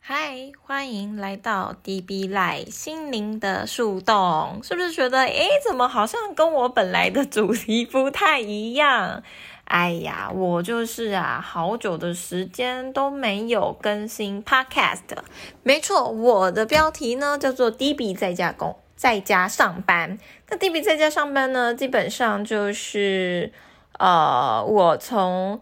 嗨，欢迎来到 DB Live 心灵的树洞，是不是觉得怎么好像跟我本来的主题不太一样？哎呀，我就是好久的时间都没有更新 Podcast。没错，我的标题呢叫做 DB 在家上班。那 DB 在家上班呢，基本上就是我从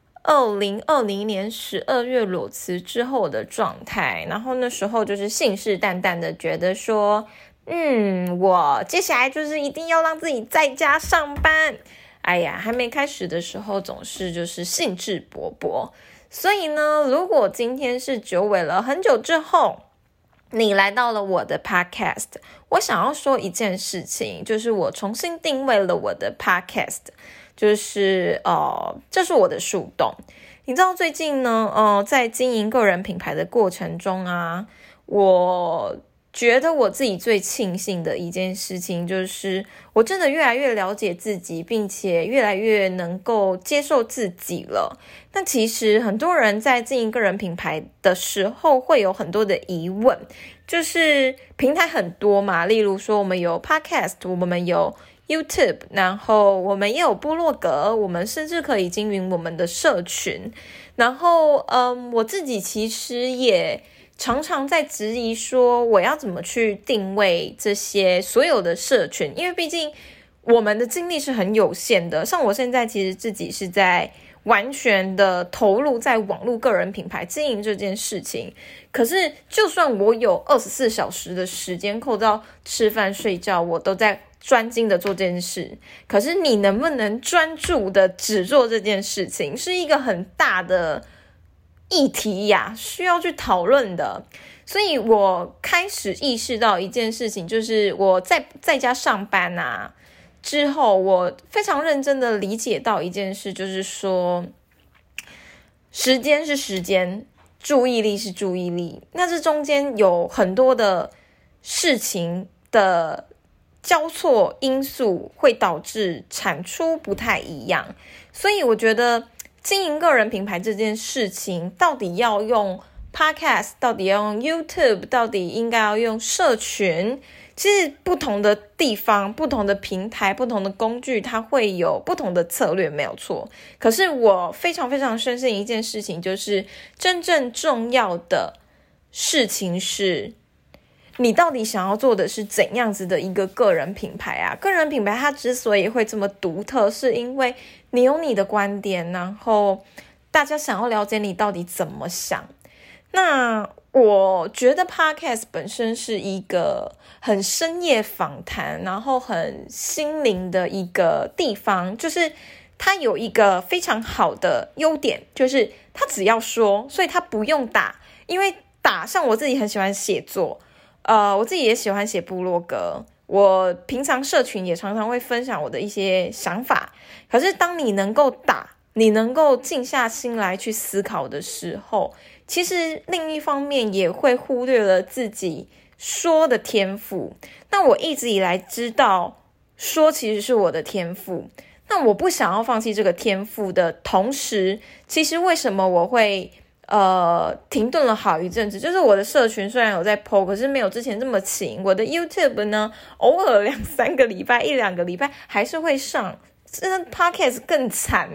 2020年12月裸辞之后的状态，然后那时候就是信誓旦旦的觉得说，我接下来就是一定要让自己在家上班。哎呀，还没开始的时候总是就是兴致勃勃，所以呢，如果今天是久违了很久之后，你来到了我的 podcast， 我想要说一件事情，就是我重新定位了我的 podcast， 就是这是我的树洞。你知道最近呢，在经营个人品牌的过程中我觉得我自己最庆幸的一件事情，就是我真的越来越了解自己，并且越来越能够接受自己了。那其实很多人在经营个人品牌的时候会有很多的疑问，就是平台很多嘛，例如说我们有 podcast， 我们有 YouTube， 然后我们也有部落格，我们甚至可以经营我们的社群。然后我自己其实也常常在质疑说我要怎么去定位这些所有的社群，因为毕竟我们的精力是很有限的。像我现在其实自己是在完全的投入在网络个人品牌经营这件事情，可是就算我有24小时的时间，扣到吃饭睡觉，我都在专精的做这件事。可是你能不能专注的只做这件事情，是一个很大的议题需要去讨论的。所以我开始意识到一件事情，就是我在家上班之后，我非常认真的理解到一件事，就是说时间是时间，注意力是注意力。那这中间有很多的事情的交错因素会导致产出不太一样。所以我觉得经营个人品牌这件事情，到底要用 podcast， 到底要用 YouTube， 到底应该要用社群，其实不同的地方，不同的平台，不同的工具，它会有不同的策略，没有错。可是我非常非常深信一件事情，就是真正重要的事情是你到底想要做的是怎样子的一个个人品牌个人品牌它之所以会这么独特，是因为你有你的观点，然后大家想要了解你到底怎么想。那我觉得 podcast 本身是一个很深夜访谈，然后很心灵的一个地方，就是它有一个非常好的优点，就是它只要说，所以它不用打。因为像我自己很喜欢写作，我自己也喜欢写部落格，我平常社群也常常会分享我的一些想法。可是当你能够你能够静下心来去思考的时候，其实另一方面也会忽略了自己说的天赋。那我一直以来知道说其实是我的天赋，那我不想要放弃这个天赋的同时，其实为什么我会停顿了好一阵子，就是我的社群虽然有在 po， 可是没有之前这么勤。我的 YouTube 呢，偶尔2-3个礼拜1-2个礼拜还是会上。真的 Podcast 更惨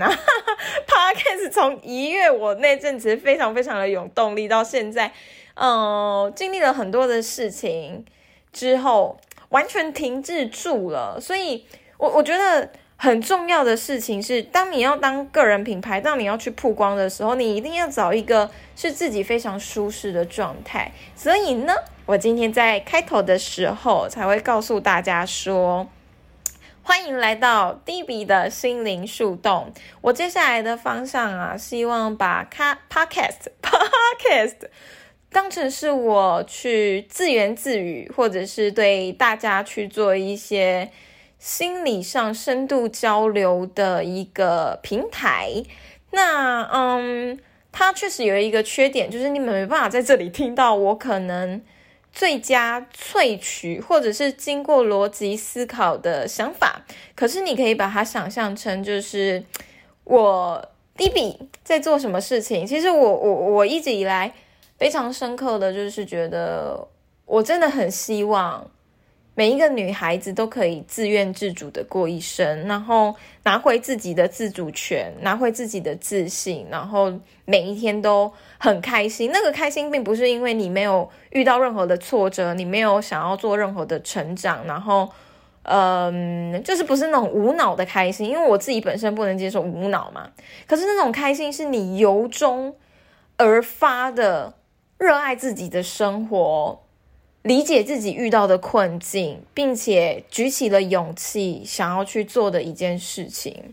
Podcast 从1月我那阵子非常非常的有动力，到现在经历了很多的事情之后完全停滞住了。所以我觉得很重要的事情是，当你要当个人品牌，当你要去曝光的时候，你一定要找一个是自己非常舒适的状态。所以呢，我今天在开头的时候才会告诉大家说，欢迎来到 DB 的心灵树洞。我接下来的方向希望把podcast 当成是我去自言自语，或者是对大家去做一些心理上深度交流的一个平台。那它确实有一个缺点，就是你们没办法在这里听到我可能最佳萃取或者是经过逻辑思考的想法，可是你可以把它想象成就是我 DB 在做什么事情。其实我一直以来非常深刻的就是觉得我真的很希望每一个女孩子都可以自愿自主的过一生，然后拿回自己的自主权，拿回自己的自信，然后每一天都很开心。那个开心并不是因为你没有遇到任何的挫折，你没有想要做任何的成长，然后就是不是那种无脑的开心，因为我自己本身不能接受无脑嘛。可是那种开心是你由衷而发的热爱自己的生活，理解自己遇到的困境，并且举起了勇气想要去做的一件事情。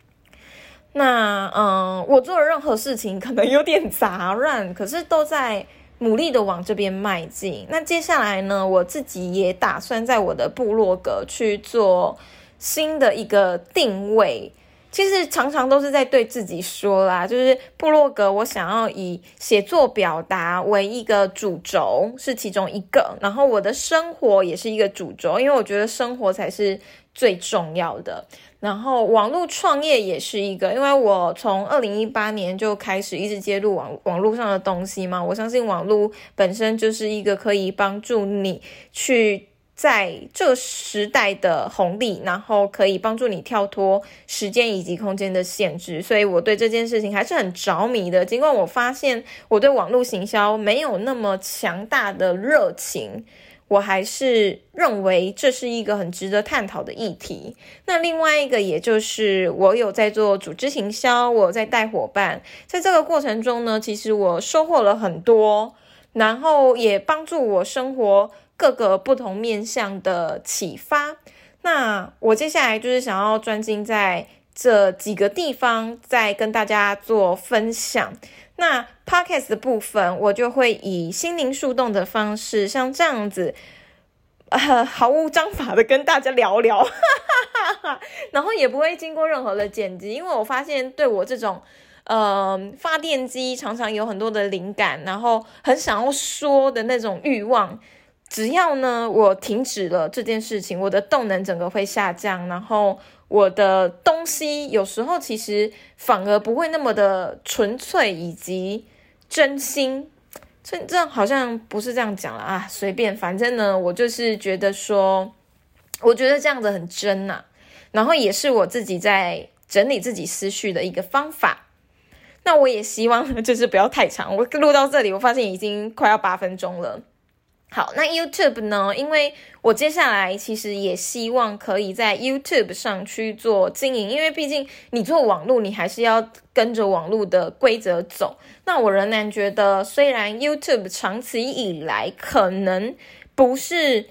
那我做的任何事情可能有点杂乱，可是都在努力的往这边迈进。那接下来呢，我自己也打算在我的部落格去做新的一个定位。其实常常都是在对自己说啦，就是部落格我想要以写作表达为一个主轴，是其中一个，然后我的生活也是一个主轴，因为我觉得生活才是最重要的。然后网络创业也是一个，因为我从2018年就开始一直接入网络上的东西嘛，我相信网络本身就是一个可以帮助你去在这个时代的红利，然后可以帮助你跳脱时间以及空间的限制，所以我对这件事情还是很着迷的。尽管我发现我对网络行销没有那么强大的热情，我还是认为这是一个很值得探讨的议题。那另外一个也就是我有在做组织行销，我有在带伙伴，在这个过程中呢，其实我收获了很多，然后也帮助我生活各个不同面向的启发。那我接下来就是想要专精在这几个地方，再跟大家做分享。那 podcast 的部分，我就会以心灵树洞的方式，像这样子毫无章法的跟大家聊聊然后也不会经过任何的剪辑，因为我发现对我这种发电机常常有很多的灵感，然后很想要说的那种欲望，只要呢我停止了这件事情，我的动能整个会下降，然后我的东西有时候其实反而不会那么的纯粹以及真心。这好像不是这样讲了啊，随便，反正呢我就是觉得说，我觉得这样子很真啊，然后也是我自己在整理自己思绪的一个方法。那我也希望就是不要太长，我录到这里我发现已经快要8分钟了。好，那 YouTube 呢，因为我接下来其实也希望可以在 YouTube 上去做经营，因为毕竟你做网络，你还是要跟着网络的规则走。那我仍然觉得，虽然 YouTube 长期以来可能不是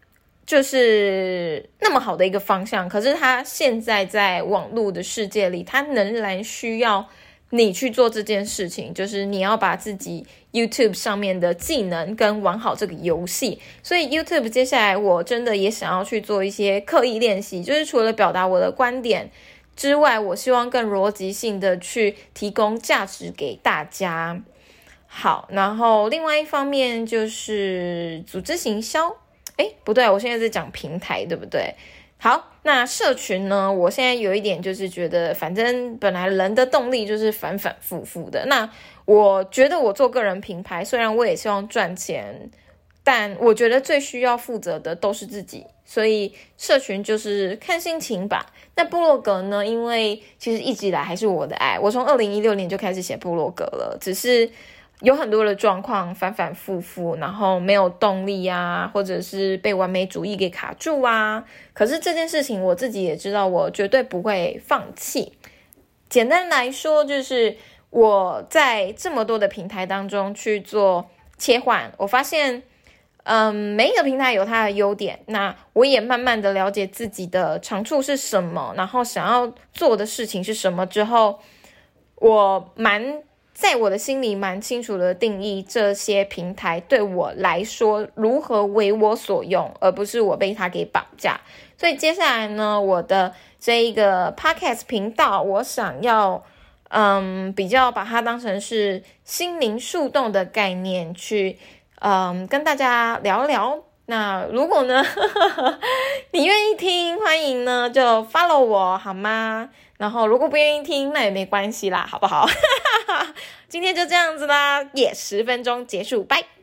就是那么好的一个方向，可是它现在在网络的世界里，它仍然需要你去做这件事情，就是你要把自己 YouTube 上面的技能跟玩好这个游戏。所以 YouTube 接下来我真的也想要去做一些刻意练习，就是除了表达我的观点之外，我希望更逻辑性的去提供价值给大家。好，然后另外一方面就是组织行销，不对，我现在在讲平台，对不对？好，那社群呢，我现在有一点就是觉得，反正本来人的动力就是反反复复的。那我觉得我做个人品牌，虽然我也希望赚钱，但我觉得最需要负责的都是自己，所以社群就是看心情吧。那部落格呢，因为其实一直以来还是我的爱，我从2016年就开始写部落格了，只是有很多的状况反反复复，然后没有动力啊，或者是被完美主义给卡住啊。可是这件事情我自己也知道，我绝对不会放弃。简单来说，就是我在这么多的平台当中去做切换，我发现每一个平台有它的优点，那我也慢慢的了解自己的长处是什么，然后想要做的事情是什么之后，我在我的心里蛮清楚的定义这些平台对我来说如何为我所用，而不是我被它给绑架。所以接下来呢，我的这一个 podcast 频道，我想要比较把它当成是心灵树洞的概念去跟大家聊聊。 那如果呢你愿意听，欢迎呢就 follow 我好吗？然后如果不愿意听，那也没关系啦，好不好？今天就这样子啦，10分钟结束，拜。